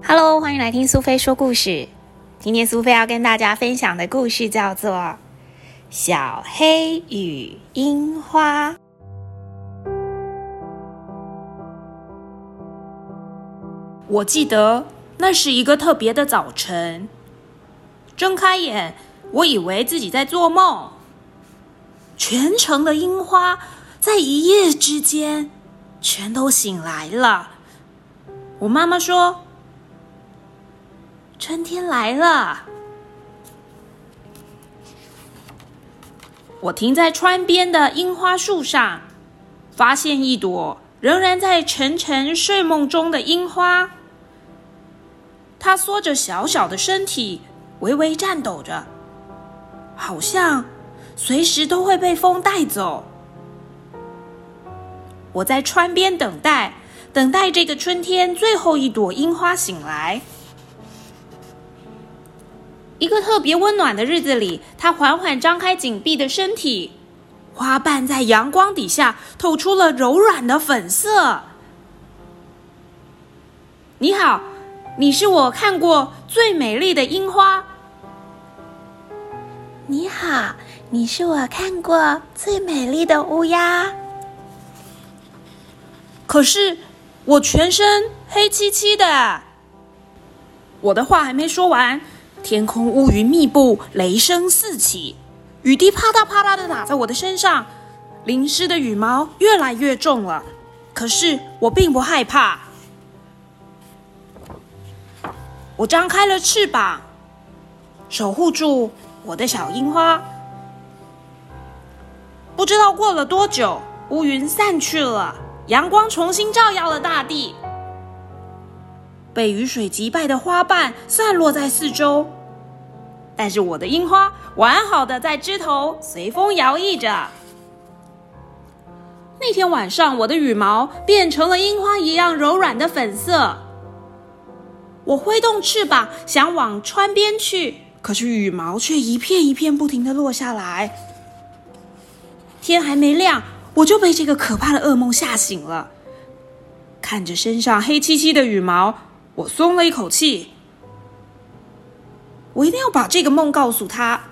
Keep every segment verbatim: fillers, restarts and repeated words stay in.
Hello， 欢迎来听苏菲说故事。今天苏菲要跟大家分享的故事叫做《小黑与樱花》。 我记得那是一个特别的早晨，睁开眼，我以为自己在做梦。全城的樱花在一夜之间全都醒来了。我妈妈说，春天来了。我停在川边的樱花树上，发现一朵仍然在沉沉睡梦中的樱花。它缩着小小的身体，微微颤抖着，好像随时都会被风带走。我在川边等待，等待这个春天最后一朵樱花醒来。一个特别温暖的日子里，它缓缓张开紧闭的身体，花瓣在阳光底下透出了柔软的粉色。你好，你是我看过最美丽的樱花。 你好，你是我看过最美丽的乌鸦。 可是我全身黑漆漆的。我的话还没说完，天空乌云密布，雷声四起，雨滴啪嗒啪嗒的打在我的身上，淋湿的羽毛越来越重了。可是我并不害怕。我张开了翅膀，守护住我的小樱花。不知道过了多久，乌云散去了，阳光重新照耀了大地。被雨水击败的花瓣散落在四周，但是我的樱花完好的在枝头随风摇曳着。那天晚上，我的羽毛变成了樱花一样柔软的粉色。我挥动翅膀想往川边去，可是羽毛却一片一片不停地落下来。天还没亮，我就被这个可怕的噩梦吓醒了。看着身上黑漆漆的羽毛，我松了一口气。我一定要把这个梦告诉他。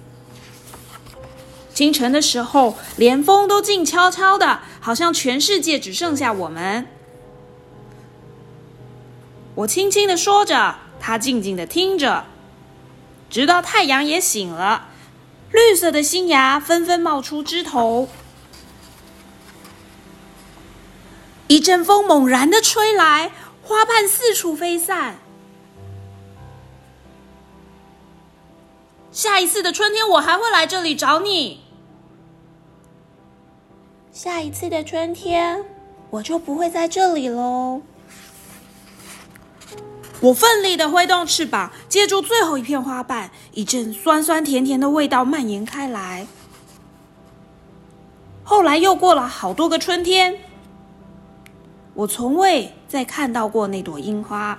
清晨的时候，连风都静悄悄的，好像全世界只剩下我们。我轻轻地说着，他静静地听着，直到太阳也醒了，绿色的新芽纷纷冒出枝头。一阵风猛然地吹来，花瓣四处飞散。下一次的春天，我还会来这里找你。 下一次的春天，我就不会在这里喽。 我奋力地挥动翅膀，接住最后一片花瓣，一阵酸酸甜甜的味道蔓延开来。后来又过了好多个春天，我从未再看到过那朵樱花。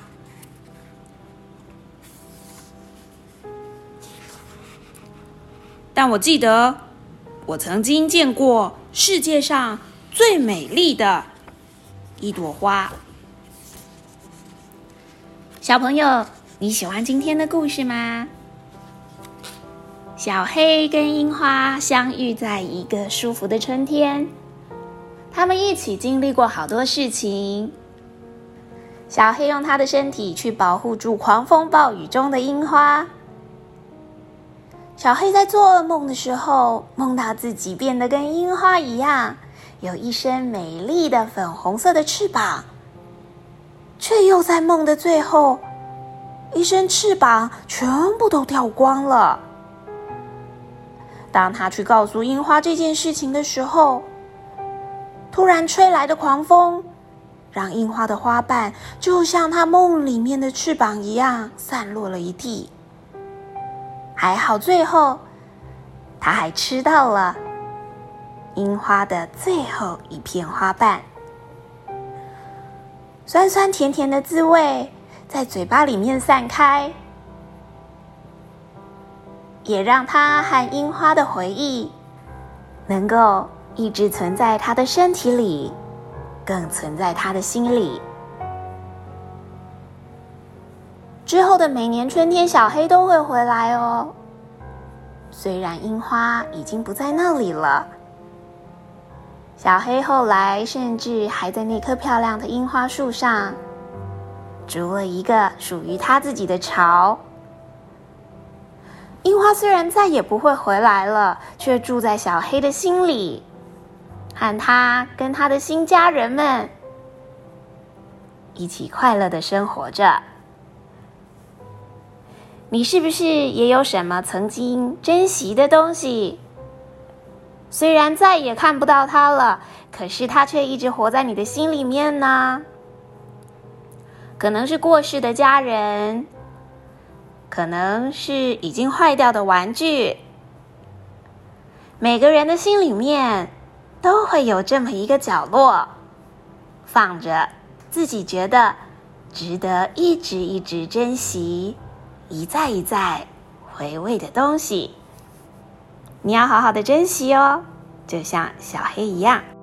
但我记得，我曾经见过世界上最美丽的一朵花。 小朋友，你喜欢今天的故事吗？小黑跟樱花相遇在一个舒服的春天，他们一起经历过好多事情。小黑用他的身体去保护住狂风暴雨中的樱花。小黑在做噩梦的时候，梦到自己变得跟樱花一样，有一身美丽的粉红色的翅膀，却又在梦的最后，一身翅膀全部都掉光了。当他去告诉樱花这件事情的时候，突然吹来的狂风，让樱花的花瓣就像他梦里面的翅膀一样散落了一地。还好最后，他还吃到了樱花的最后一片花瓣。酸酸甜甜的滋味在嘴巴里面散开，也让他和樱花的回忆能够一直存在他的身体里，更存在他的心里。 之后的每年春天，小黑都会回来哦。虽然樱花已经不在那里了，小黑后来甚至还在那棵漂亮的樱花树上筑了一个属于他自己的巢。樱花虽然再也不会回来了，却住在小黑的心里，和他跟他的新家人们一起快乐地生活着。你是不是也有什么曾经珍惜的东西？虽然再也看不到它了，可是它却一直活在你的心里面呢？可能是过世的家人，可能是已经坏掉的玩具。每个人的心里面都会有这么一个角落，放着自己觉得值得一直一直珍惜，一再一再回味的东西。你要好好的珍惜哦，就像小黑一样。